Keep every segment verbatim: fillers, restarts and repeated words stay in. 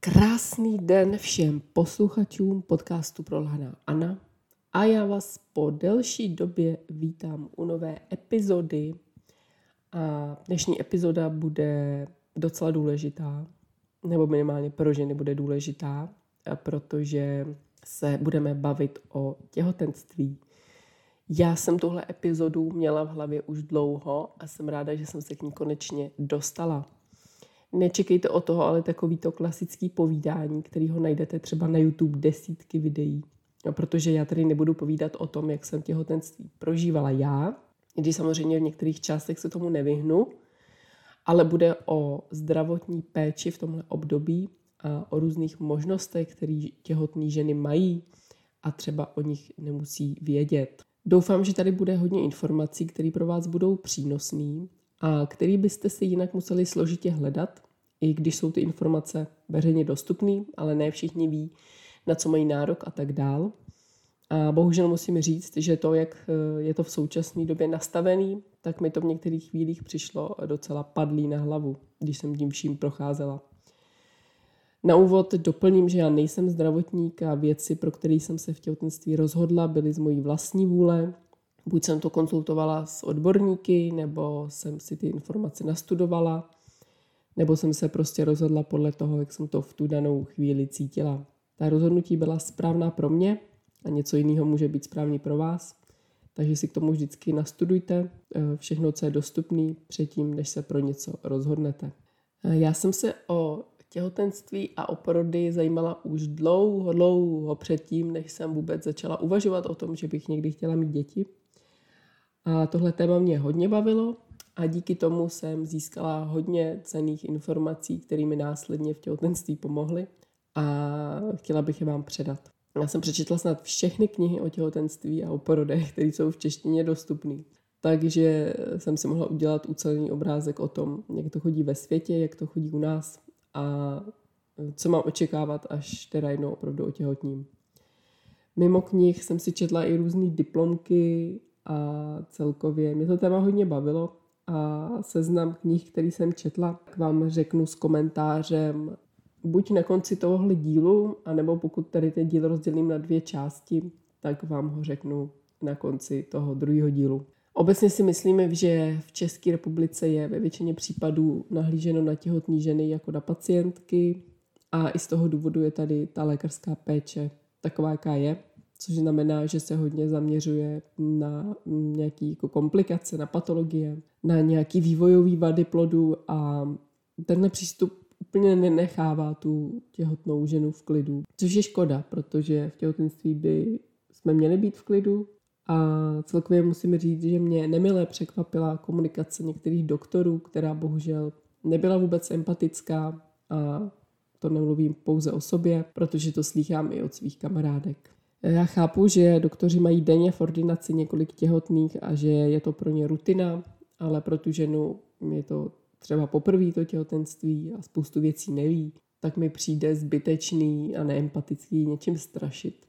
Krásný den všem posluchačům podcastu Prolhaná Anna a já vás po delší době vítám u nové epizody a dnešní epizoda bude docela důležitá, nebo minimálně pro ženy bude důležitá, protože se budeme bavit o těhotenství. Já jsem tuhle epizodu měla v hlavě už dlouho a jsem ráda, že jsem se k ní konečně dostala. Nečekejte o toho, ale takovýto klasický povídání, kterýho najdete třeba na YouTube desítky videí. No, protože já tady nebudu povídat o tom, jak jsem těhotenství prožívala já, když samozřejmě v některých částech se tomu nevyhnu, ale bude o zdravotní péči v tomhle období a o různých možnostech, které těhotné ženy mají a třeba o nich nemusí vědět. Doufám, že tady bude hodně informací, které pro vás budou přínosné a který byste si jinak museli složitě hledat, i když jsou ty informace veřejně dostupné, ale ne všichni ví, na co mají nárok a tak dál. A bohužel musím říct, že to, jak je to v současné době nastavený, tak mi to v některých chvílích přišlo docela padlý na hlavu, když jsem tím vším procházela. Na úvod doplním, že já nejsem zdravotník a věci, pro které jsem se v těhotenství rozhodla, byly z mojí vlastní vůle. Buď jsem to konzultovala s odborníky, nebo jsem si ty informace nastudovala, nebo jsem se prostě rozhodla podle toho, jak jsem to v tu danou chvíli cítila. Ta rozhodnutí byla správná pro mě a něco jiného může být správný pro vás. Takže si k tomu vždycky nastudujte všechno, co je dostupné předtím, než se pro něco rozhodnete. Já jsem se o těhotenství a o porody zajímala už dlouho, dlouho předtím, než jsem vůbec začala uvažovat o tom, že bych někdy chtěla mít děti. A tohle téma mě hodně bavilo a díky tomu jsem získala hodně cenných informací, které mi následně v těhotenství pomohly a chtěla bych je vám předat. Já jsem přečetla snad všechny knihy o těhotenství a o porodech, které jsou v češtině dostupné. Takže jsem si mohla udělat ucelený obrázek o tom, jak to chodí ve světě, jak to chodí u nás a co mám očekávat, až teda jednou opravdu otěhotním. Mimo knih jsem si četla i různé diplomky a celkově mě to téma hodně bavilo a seznam knih, který jsem četla, tak vám řeknu s komentářem buď na konci tohohle dílu, anebo pokud tady ten díl rozdělím na dvě části, tak vám ho řeknu na konci toho druhého dílu. Obecně si myslím, že v České republice je ve většině případů nahlíženo na těhotné ženy jako na pacientky a i z toho důvodu je tady ta lékařská péče taková, jaká je. Což znamená, že se hodně zaměřuje na nějaké jako komplikace, na patologie, na nějaké vývojové vady plodu a tenhle přístup úplně nenechává tu těhotnou ženu v klidu. Což je škoda, protože v těhotenství by jsme měli být v klidu a celkově musím říct, že mě nemile překvapila komunikace některých doktorů, která bohužel nebyla vůbec empatická a to nemluvím pouze o sobě, protože to slýchám i od svých kamarádek. Já chápu, že doktoři mají denně v ordinaci několik těhotných a že je to pro ně rutina, ale pro tu ženu je to třeba poprvé to těhotenství a spoustu věcí neví, tak mi přijde zbytečný a neempatický něčím strašit.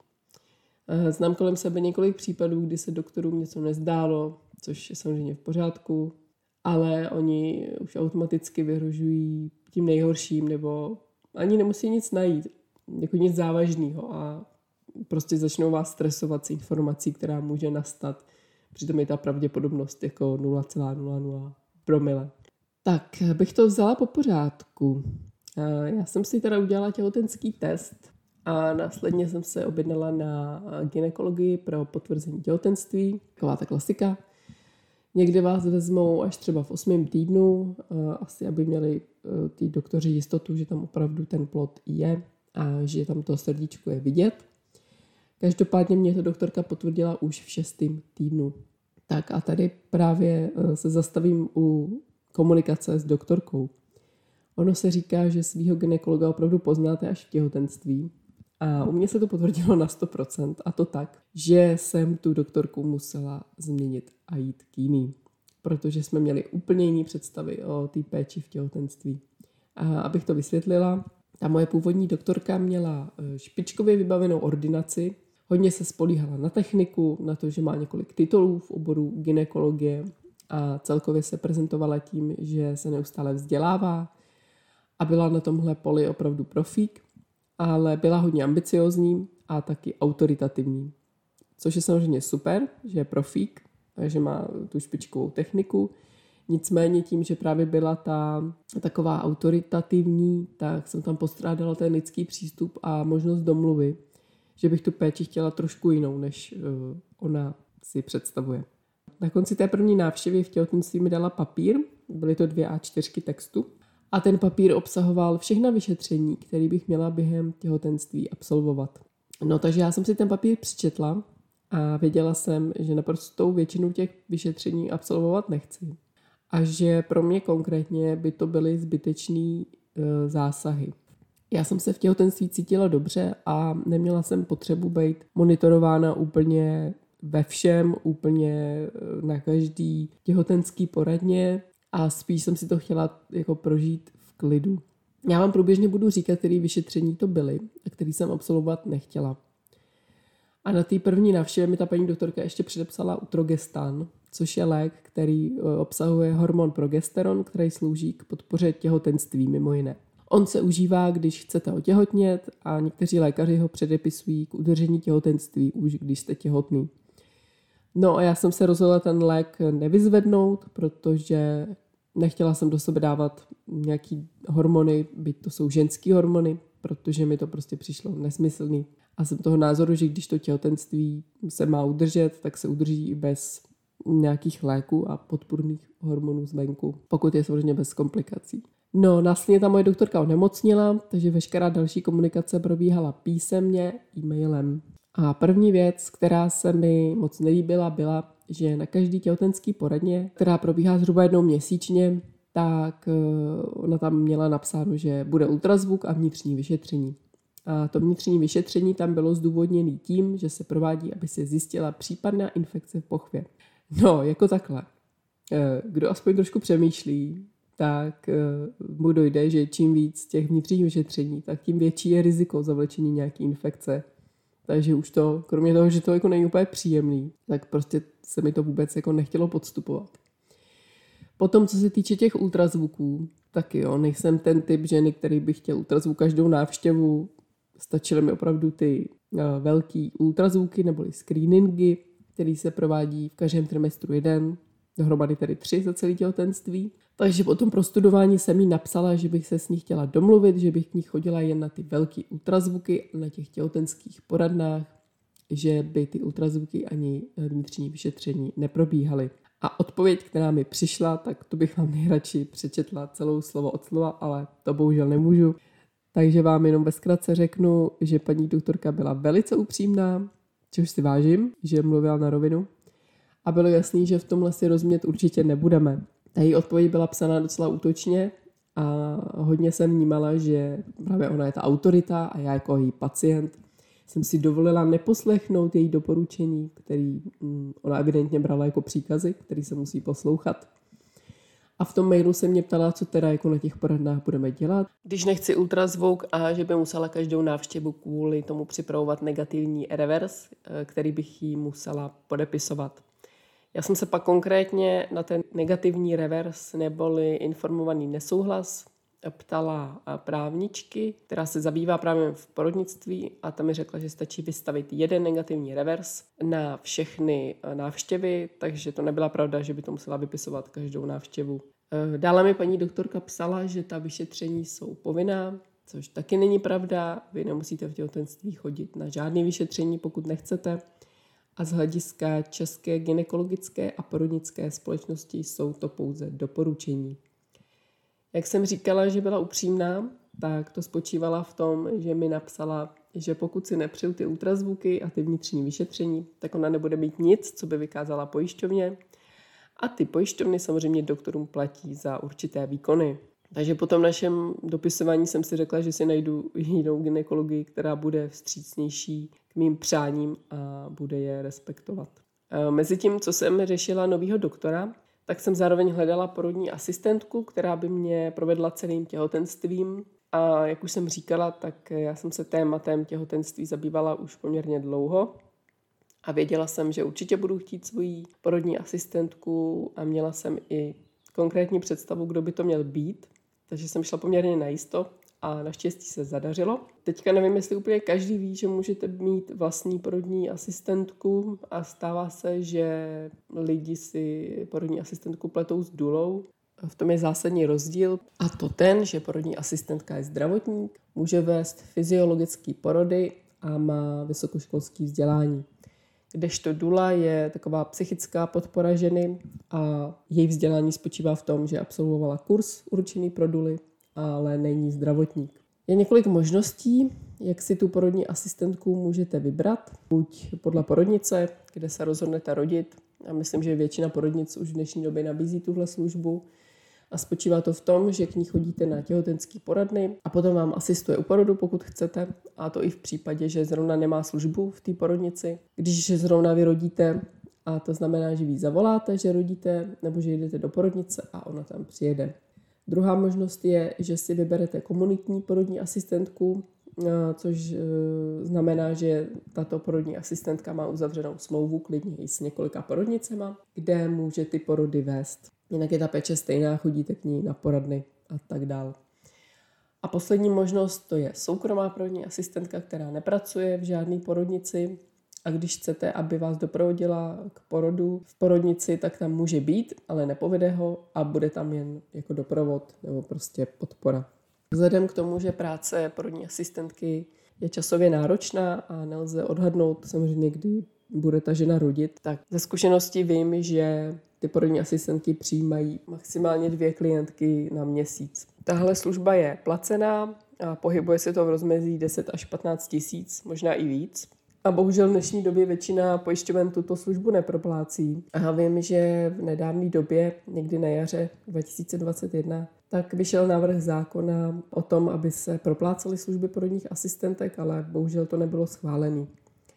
Znám kolem sebe několik případů, kdy se doktorům něco nezdálo, což je samozřejmě v pořádku, ale oni už automaticky vyhrožují tím nejhorším nebo ani nemusí nic najít, jako nic závažného a prostě začnou vás stresovat s informací, která může nastat. Přitom je ta pravděpodobnost jako nula celá nula nula promile. Tak, bych to vzala po pořádku. Já jsem si teda udělala těhotenský test a následně jsem se objednala na gynekologii pro potvrzení těhotenství. Taková ta klasika. Někde vás vezmou až třeba v osmém týdnu, asi aby měli ty doktoři jistotu, že tam opravdu ten plod je a že tam to srdíčko je vidět. Každopádně mě to doktorka potvrdila už v šestém týdnu. Tak a tady právě se zastavím u komunikace s doktorkou. Ono se říká, že svýho gynekologa opravdu poznáte až v těhotenství. A u mě se to potvrdilo na sto procent. A to tak, že jsem tu doktorku musela změnit a jít k jiný. Protože jsme měli úplně jiné představy o té péči v těhotenství. A abych to vysvětlila, ta moje původní doktorka měla špičkově vybavenou ordinaci, hodně se spolíhala na techniku, na to, že má několik titulů v oboru gynekologie a celkově se prezentovala tím, že se neustále vzdělává a byla na tomhle poli opravdu profík, ale byla hodně ambiciózní a taky autoritativní. Což je samozřejmě super, že je profík, že má tu špičkovou techniku. Nicméně tím, že právě byla ta taková autoritativní, tak jsem tam postrádala ten lidský přístup a možnost domluvy, že bych tu péči chtěla trošku jinou, než ona si představuje. Na konci té první návštěvy v těhotenství mi dala papír, byly to dvě á čtyřky textu a ten papír obsahoval všechna vyšetření, které bych měla během těhotenství absolvovat. No takže já jsem si ten papír přečetla a věděla jsem, že naprostou většinu těch vyšetření absolvovat nechci. A že pro mě konkrétně by to byly zbytečný e, zásahy. Já jsem se v těhotenství cítila dobře a neměla jsem potřebu být monitorována úplně ve všem, úplně na každý těhotenský poradně a spíš jsem si to chtěla jako prožít v klidu. Já vám průběžně budu říkat, které vyšetření to byly a který jsem absolvovat nechtěla. A na té první návštěvě mi ta paní doktorka ještě předepsala Utrogestan, což je lék, který obsahuje hormon progesteron, který slouží k podpoře těhotenství mimo jiné. On se užívá, když chcete otěhotnět a někteří lékaři ho předepisují k udržení těhotenství, už když jste těhotný. No a já jsem se rozhodla ten lék nevyzvednout, protože nechtěla jsem do sebe dávat nějaký hormony, byť to jsou ženský hormony, protože mi to prostě přišlo nesmyslný. A jsem toho názoru, že když to těhotenství se má udržet, tak se udrží i bez nějakých léků a podpůrných hormonů zvenku, pokud je samozřejmě bez komplikací. No, následně ta moje doktorka onemocnila, takže veškerá další komunikace probíhala písemně, e-mailem. A první věc, která se mi moc nelíbila, byla, že na každý těhotenský poradně, která probíhá zhruba jednou měsíčně, tak ona tam měla napsáno, že bude ultrazvuk a vnitřní vyšetření. A to vnitřní vyšetření tam bylo zdůvodněné tím, že se provádí, aby se zjistila případná infekce v pochvě. No, jako takhle. Kdo aspoň trošku přemýšlí, tak mu dojde, že čím víc těch vnitřních vyšetření, tak tím větší je riziko zavlečení nějaké infekce. Takže už to, kromě toho, že to jako není úplně příjemný, tak prostě se mi to vůbec jako nechtělo podstupovat. Potom, co se týče těch ultrazvuků, tak jo, nejsem ten typ ženy, který by chtěl ultrazvuk každou návštěvu. Stačily mi opravdu ty uh, velký ultrazvuky neboli screeningy, který se provádí v každém trimestru jeden, dohromady tedy tři za celé těhotenství. Takže po tom prostudování jsem jí napsala, že bych se s ní chtěla domluvit, že bych k ní chodila jen na ty velký ultrazvuky na těch těhotenských poradnách, že by ty ultrazvuky ani vnitřní vyšetření neprobíhaly. A odpověď, která mi přišla, tak to bych vám nejradši přečetla celou slovo od slova, ale to bohužel nemůžu. Takže vám jenom ve zkratce řeknu, že paní doktorka byla velice upřímná, což si vážím, že mluvila na rovinu. A bylo jasný, že v tomhle si rozumět určitě nebudeme. Ta její odpověď byla psaná docela útočně a hodně jsem vnímala, že právě ona je ta autorita a já jako její pacient jsem si dovolila neposlechnout její doporučení, který ona evidentně brala jako příkazy, který se musí poslouchat. A v tom mailu se mě ptala, co teda jako na těch poradnách budeme dělat. Když nechci ultrazvuk a že by musela každou návštěvu kvůli tomu připravovat negativní revers, který bych jí musela podepisovat. Já jsem se pak konkrétně na ten negativní revers neboli informovaný nesouhlas ptala právničky, která se zabývá právě v porodnictví a ta mi řekla, že stačí vystavit jeden negativní revers na všechny návštěvy, takže to nebyla pravda, že by to musela vypisovat každou návštěvu. Dále mi paní doktorka psala, že ta vyšetření jsou povinná, což taky není pravda. Vy nemusíte v těhotenství chodit na žádné vyšetření, pokud nechcete. A z hlediska České gynekologické a porodnické společnosti jsou to pouze doporučení. Jak jsem říkala, že byla upřímná, tak to spočívala v tom, že mi napsala, že pokud si nepřeju ty ultrazvuky a ty vnitřní vyšetření, tak ona nebude mít nic, co by vykázala pojišťovně. A ty pojišťovny samozřejmě doktorům platí za určité výkony. Takže po tom našem dopisování jsem si řekla, že si najdu jinou gynekologii, která bude vstřícnější k mým přáním a bude je respektovat. Mezitím, co jsem řešila novýho doktora, tak jsem zároveň hledala porodní asistentku, která by mě provedla celým těhotenstvím. A jak už jsem říkala, tak já jsem se tématem těhotenství zabývala už poměrně dlouho. A věděla jsem, že určitě budu chtít svoji porodní asistentku a měla jsem i konkrétní představu, kdo by to měl být. takže jsem šla poměrně najisto a naštěstí se zadařilo. Teďka nevím, jestli úplně každý ví, že můžete mít vlastní porodní asistentku a stává se, že lidi si porodní asistentku pletou s důlou. V tom je zásadní rozdíl a to ten, že porodní asistentka je zdravotník, může vést fyziologické porody a má vysokoškolské vzdělání. Kdežto dula je taková psychická podpora ženy a její vzdělání spočívá v tom, že absolvovala kurz určený pro duly, ale není zdravotník. Je několik možností, jak si tu porodní asistentku můžete vybrat. Buď podle porodnice, kde se rozhodnete rodit. A myslím, že většina porodnic už v dnešní době nabízí tuhle službu. A spočívá to v tom, že k ní chodíte na těhotenský poradny a potom vám asistuje u porodu, pokud chcete. A to i v případě, že zrovna nemá službu v té porodnici. Když zrovna vyrodíte, a to znamená, že vy zavoláte, že rodíte, nebo že jdete do porodnice a ona tam přijede. Druhá možnost je, že si vyberete komunitní porodní asistentku, což znamená, že tato porodní asistentka má uzavřenou smlouvu klidně i s několika porodnicema, kde může ty porody vést. Jinak je ta péče stejná, chodíte k ní na poradny a tak dál. A poslední možnost to je soukromá porodní asistentka, která nepracuje v žádné porodnici a když chcete, aby vás doprovodila k porodu v porodnici, tak tam může být, ale nepovede ho a bude tam jen jako doprovod nebo prostě podpora. Vzhledem k tomu, že práce porodní asistentky je časově náročná a nelze odhadnout samozřejmě, kdy bude ta žena rodit, tak ze zkušenosti vím, že ty porodní asistentky přijímají maximálně dvě klientky na měsíc. Tahle služba je placená a pohybuje se to v rozmezí deset až patnáct tisíc, možná i víc. A bohužel v dnešní době většina pojišťoven tuto službu neproplácí. A vím, že v nedávné době, někdy na jaře dva tisíce dvacet jedna, tak vyšel návrh zákona o tom, aby se proplácely služby porodních asistentek, ale bohužel to nebylo schválené.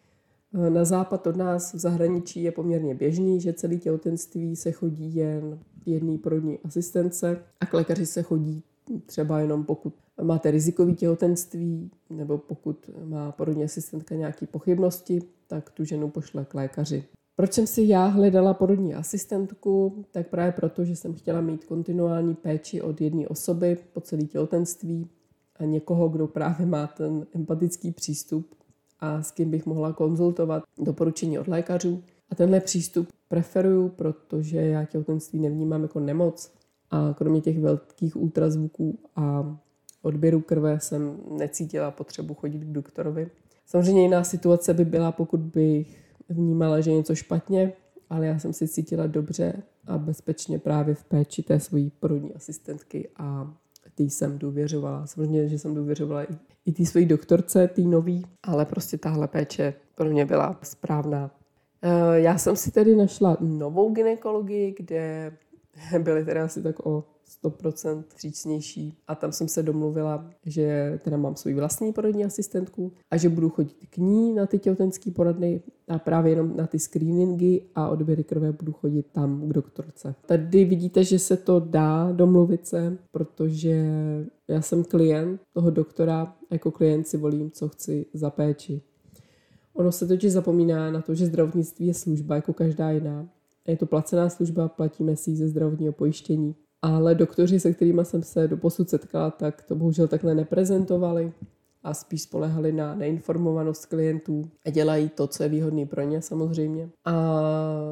Na západ od nás v zahraničí je poměrně běžný, že celé těhotenství se chodí jen jedné porodní asistence a k lékaři se chodí třeba jenom pokud máte rizikový těhotenství nebo pokud má porodní asistentka nějaké pochybnosti, tak tu ženu pošle k lékaři. Proč jsem si já hledala porodní asistentku? Tak právě proto, že jsem chtěla mít kontinuální péči od jedné osoby po celé těhotenství a někoho, kdo právě má ten empatický přístup a s kým bych mohla konzultovat doporučení od lékařů. A tenhle přístup preferuju, protože já těhotenství nevnímám jako nemoc a kromě těch velkých ultrazvuků a odběru krve jsem necítila potřebu chodit k doktorovi. Samozřejmě jiná situace by byla, pokud bych vnímala, že je něco špatně, ale já jsem si cítila dobře a bezpečně právě v péči té svojí porodní asistentky a tý jsem důvěřovala. Samozřejmě, že jsem důvěřovala i, i té svojí doktorce, tý nový, ale prostě tahle péče pro mě byla správná. Já jsem si tedy našla novou gynekologii, kde byly teda asi tak o sto procent vstřícnější a tam jsem se domluvila, že teda mám svou vlastní porodní asistentku a že budu chodit k ní na ty těhotenské poradny a právě jenom na ty screeningy a odběry krve budu chodit tam k doktorce. Tady vidíte, že se to dá domluvit se, protože já jsem klient toho doktora a jako klient si volím, co chci za péči. Ono se totiž zapomíná na to, že zdravotnictví je služba jako každá jiná. Je to placená služba, platíme si ji ze zdravotního pojištění. Ale doktoři, se kterými jsem se doposud setkala, tak to bohužel takhle neprezentovali a spíš spolehali na neinformovanost klientů a dělají to, co je výhodné pro ně samozřejmě. A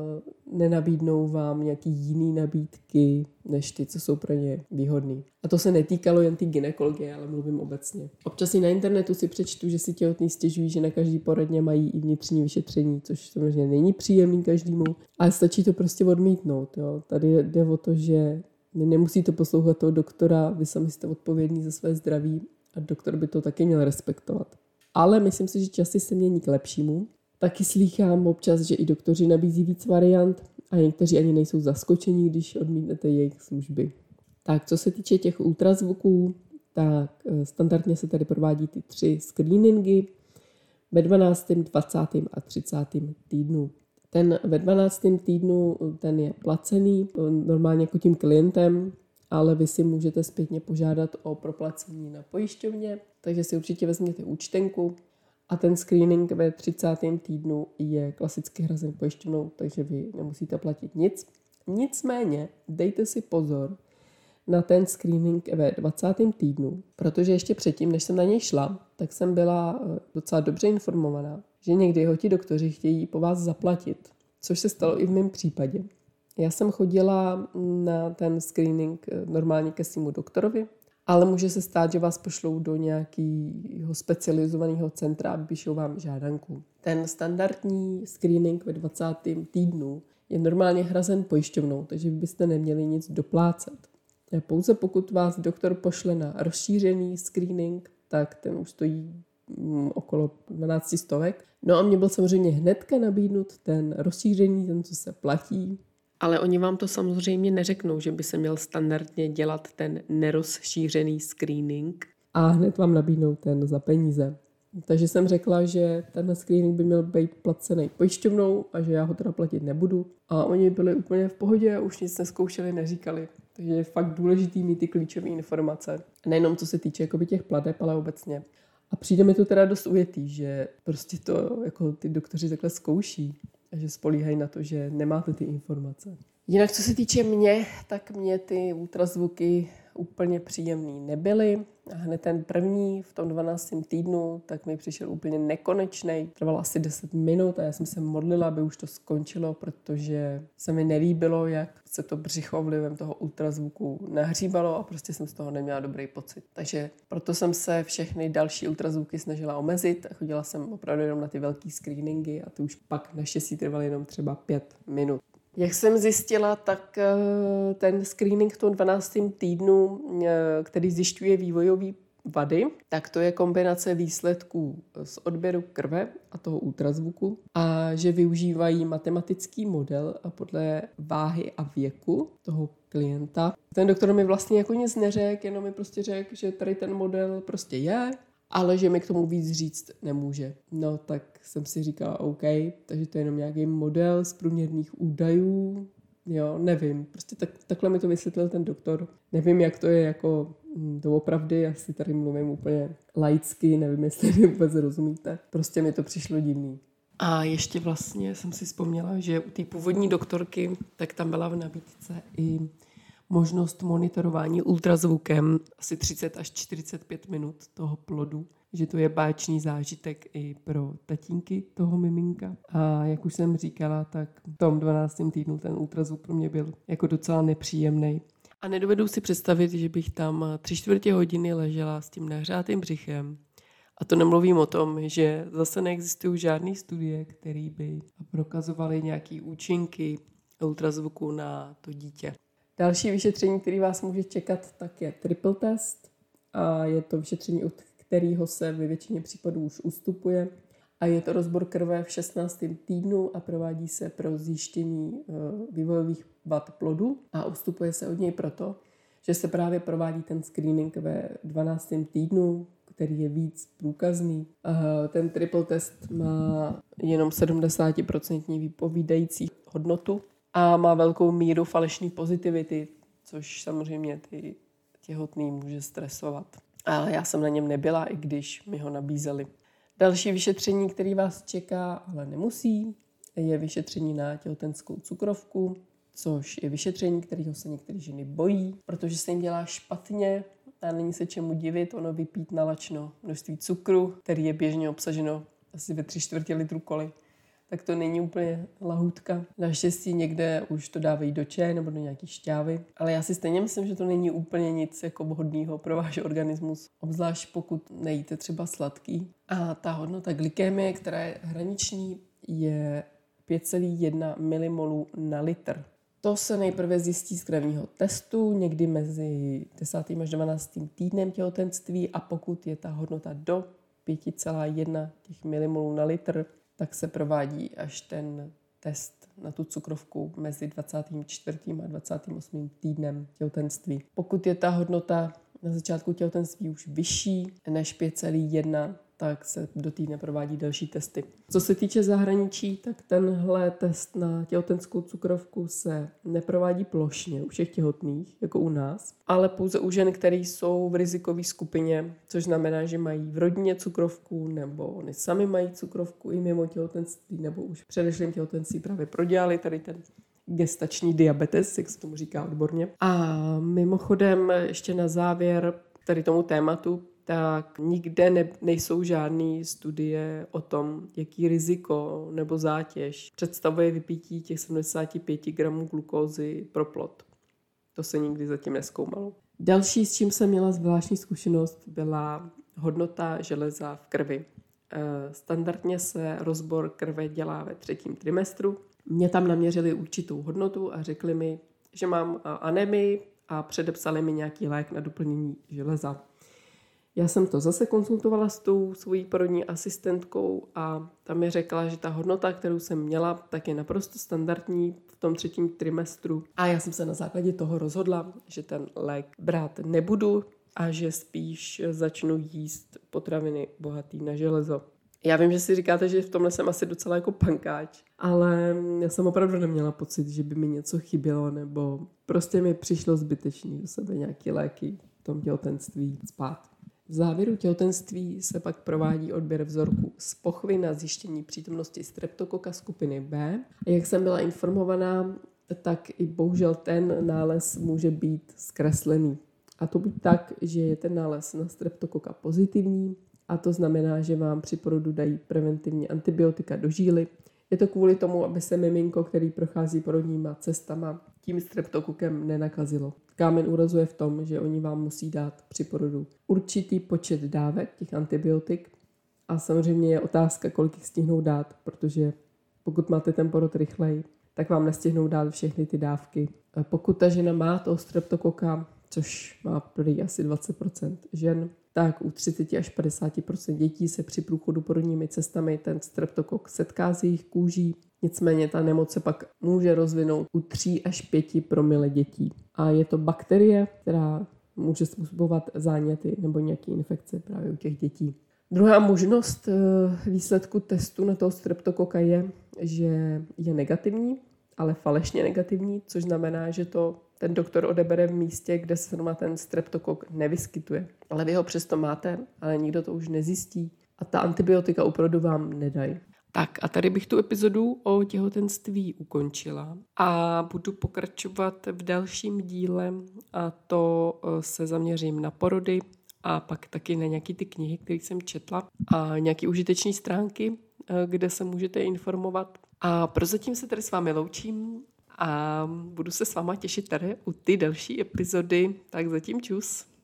nenabídnou vám nějaký jiný nabídky, než ty, co jsou pro ně výhodný. A to se netýkalo jen té gynekologie, ale mluvím obecně. Občas i na internetu si přečtu, že si těhotný stěžují, že na každý poradně mají i vnitřní vyšetření, což samozřejmě není příjemný každému, ale stačí to prostě odmítnout. Jo. Tady jde o to, že nemusíte poslouchat toho doktora, vy sami jste odpovědní za své zdraví a doktor by to taky měl respektovat. Ale myslím si, že časy se mění k lepšímu. Taky slýchám občas, že i doktoři nabízí víc variant a někteří ani nejsou zaskočení, když odmítnete jejich služby. Tak co se týče těch ultrazvuků, tak standardně se tady provádí ty tři screeningy ve dvanáctém, dvacátém a třicátém týdnu. Ten ve dvanáctém týdnu ten je placený normálně jako tím klientem, ale vy si můžete zpětně požádat o proplacení na pojišťovně, takže si určitě vezměte účtenku a ten screening ve třicátém týdnu je klasicky hrazen pojišťovnou, takže vy nemusíte platit nic. Nicméně dejte si pozor, na ten screening ve dvacátém týdnu, protože ještě předtím, než jsem na něj šla, tak jsem byla docela dobře informovaná, že někdy ho ti doktoři chtějí po vás zaplatit, což se stalo i v mém případě. Já jsem chodila na ten screening normálně ke svému doktorovi, ale může se stát, že vás pošlou do nějakého specializovaného centra a vypíšou vám žádanku. Ten standardní screening ve dvacátém týdnu je normálně hrazen pojišťovnou, takže byste neměli nic doplácet. Pouze pokud vás doktor pošle na rozšířený screening, tak ten už stojí okolo dvanáct stovek. No a mě byl samozřejmě hnedka nabídnut ten rozšířený, ten, co se platí. Ale oni vám to samozřejmě neřeknou, že by se měl standardně dělat ten nerozšířený screening. A hned vám nabídnou ten za peníze. Takže jsem řekla, že ten screening by měl být placený pojišťovnou a že já ho teda platit nebudu. A oni byli úplně v pohodě a už nic neskoušeli, neříkali. Takže je fakt důležitý mít ty klíčové informace. Nejenom co se týče jakoby těch plateb, ale obecně. A přijde mi to teda dost ujetý, že prostě to jako ty doktoři takhle zkouší a že spolíhají na to, že nemáte ty informace. Jinak co se týče mě, tak mě ty ultrazvuky úplně příjemný nebyly. A hned ten první v tom dvanáctém týdnu, tak mi přišel úplně nekonečnej. Trval asi deset minut a já jsem se modlila, aby už to skončilo, protože se mi nelíbilo, jak se to břicho vlivem toho ultrazvuku nahřívalo a prostě jsem z toho neměla dobrý pocit. Takže proto jsem se všechny další ultrazvuky snažila omezit a chodila jsem opravdu jenom na ty velký screeningy a ty už pak naštěstí trvaly jenom třeba pět minut. Jak jsem zjistila, tak ten screening v tom dvanáctém týdnu, který zjišťuje vývojové vady, tak to je kombinace výsledků z odběru krve a toho ultrazvuku a že využívají matematický model a podle váhy a věku toho klienta. Ten doktor mi vlastně jako nic neřekl, jenom mi prostě řekl, že tady ten model prostě je, ale že mi k tomu víc říct nemůže. No tak jsem si říkala OK, takže to je jenom nějaký model z průměrných údajů, jo, nevím. Prostě tak, takhle mi to vysvětlil ten doktor. Nevím, jak to je jako doopravdy, asi tady mluvím úplně laicky, nevím, jestli mi vůbec rozumíte. Prostě mi to přišlo divný. A ještě vlastně jsem si vzpomněla, že u té původní doktorky, tak tam byla v nabídce i možnost monitorování ultrazvukem asi třicet až čtyřicet pět minut toho plodu, že to je báječný zážitek i pro tatínky toho miminka. A jak už jsem říkala, tak v tom dvanáctém týdnu ten ultrazvuk pro mě byl jako docela nepříjemný. A nedovedu si představit, že bych tam tři čtvrtě hodiny ležela s tím nahřátým břichem. A to nemluvím o tom, že zase neexistují žádné studie, které by prokazovaly nějaké účinky ultrazvuku na to dítě. Další vyšetření, který vás může čekat, tak je triple test. A je to vyšetření, od kterého se ve většině případů už ustupuje. A je to rozbor krve v šestnáctém týdnu a provádí se pro zjištění vývojových vad plodu. A ustupuje se od něj proto, že se právě provádí ten screening ve dvanáctém týdnu, který je víc průkazný. Ten triple test má jenom sedmdesát procent vypovídající hodnotu a má velkou míru falešné pozitivity, což samozřejmě ty těhotný může stresovat. Ale já jsem na něm nebyla, i když mi ho nabízeli. Další vyšetření, který vás čeká, ale nemusí, je vyšetření na těhotenskou cukrovku, což je vyšetření, kterého se některé ženy bojí, protože se jim dělá špatně a není se čemu divit, ono vypít nalačno množství cukru, který je běžně obsaženo asi ve tři čtvrtě litru koly. Tak to není úplně lahůdka. Naštěstí někde už to dávají do čaje nebo do nějaký šťávy, ale já si stejně myslím, že to není úplně nic jako vhodného pro váš organismus, obzvlášť pokud nejíte třeba sladký. A ta hodnota glykémie, která je hraniční, je pět celá jedna milimolů na litr. To se nejprve zjistí z krevního testu, někdy mezi desátým až dvanáctým týdnem těhotenství a pokud je ta hodnota do pět celá jedna těch milimolů na litr, tak se provádí až ten test na tu cukrovku mezi dvacátým čtvrtým a dvacátým osmým týdnem těhotenství. Pokud je ta hodnota na začátku těhotenství už vyšší než pět celá jedna, tak se do týdne provádí další testy. Co se týče zahraničí, tak tenhle test na těhotenskou cukrovku se neprovádí plošně u všech těhotných, jako u nás, ale pouze u žen, které jsou v rizikové skupině, což znamená, že mají v rodině cukrovku, nebo oni sami mají cukrovku i mimo těhotenství, nebo už v předešlém těhotenství právě prodělali tady ten gestační diabetes, jak se tomu říká odborně. A mimochodem ještě na závěr tady tomu tématu, tak nikde ne, nejsou žádné studie o tom, jaký riziko nebo zátěž představuje vypití těch sedmdesát pět gramů glukózy pro plod. To se nikdy zatím nezkoumalo. Další, s čím jsem měla zvláštní zkušenost, byla hodnota železa v krvi. Standardně se rozbor krve dělá ve třetím trimestru. Mě tam naměřili určitou hodnotu a řekli mi, že mám anemii a předepsali mi nějaký lék na doplnění železa. Já jsem to zase konzultovala s tou svojí porodní asistentkou a ta mi řekla, že ta hodnota, kterou jsem měla, tak je naprosto standardní v tom třetím trimestru. A já jsem se na základě toho rozhodla, že ten lék brát nebudu a že spíš začnu jíst potraviny bohatý na železo. Já vím, že si říkáte, že v tomhle jsem asi docela jako pankáč, ale já jsem opravdu neměla pocit, že by mi něco chybělo, nebo prostě mi přišlo zbytečný do sebe nějaké léky v tom těhotenství spát. V závěru těhotenství se pak provádí odběr vzorku z pochvy na zjištění přítomnosti streptokoka skupiny B. A jak jsem byla informovaná, tak i bohužel ten nález může být zkreslený. A to buď tak, že je ten nález na streptokoka pozitivní, a to znamená, že vám při porodu dají preventivní antibiotika do žíly. Je to kvůli tomu, aby se miminko, který prochází porodníma cestama, tím streptokokem nenakazilo. Kámen úrazu je v tom, že oni vám musí dát při porodu určitý počet dávek těch antibiotik a samozřejmě je otázka, kolik jich stihnou dát, protože pokud máte ten porod rychleji, tak vám nestihnou dát všechny ty dávky. Pokud ta žena má toho streptokoka, což má prý asi dvacet procent žen, tak u třicet až padesát procent dětí se při průchodu porodními cestami ten streptokok setká s jejich kůží. Nicméně ta nemoc se pak může rozvinout u tři až pět promile dětí. A je to bakterie, která může způsobovat záněty nebo nějaké infekce právě u těch dětí. Druhá možnost výsledku testu na toho streptokoka je, že je negativní, ale falešně negativní, což znamená, že to ten doktor odebere v místě, kde se zrovna ten streptokok nevyskytuje. Ale vy ho přesto máte, ale nikdo to už nezjistí a ta antibiotika u porodu vám nedají. Tak a tady bych tu epizodu o těhotenství ukončila a budu pokračovat v dalším díle a to se zaměřím na porody a pak taky na nějaké ty knihy, které jsem četla a nějaké užitečné stránky, kde se můžete informovat. A prozatím se tady s vámi loučím a budu se s váma těšit tady u ty další epizody, tak zatím čus.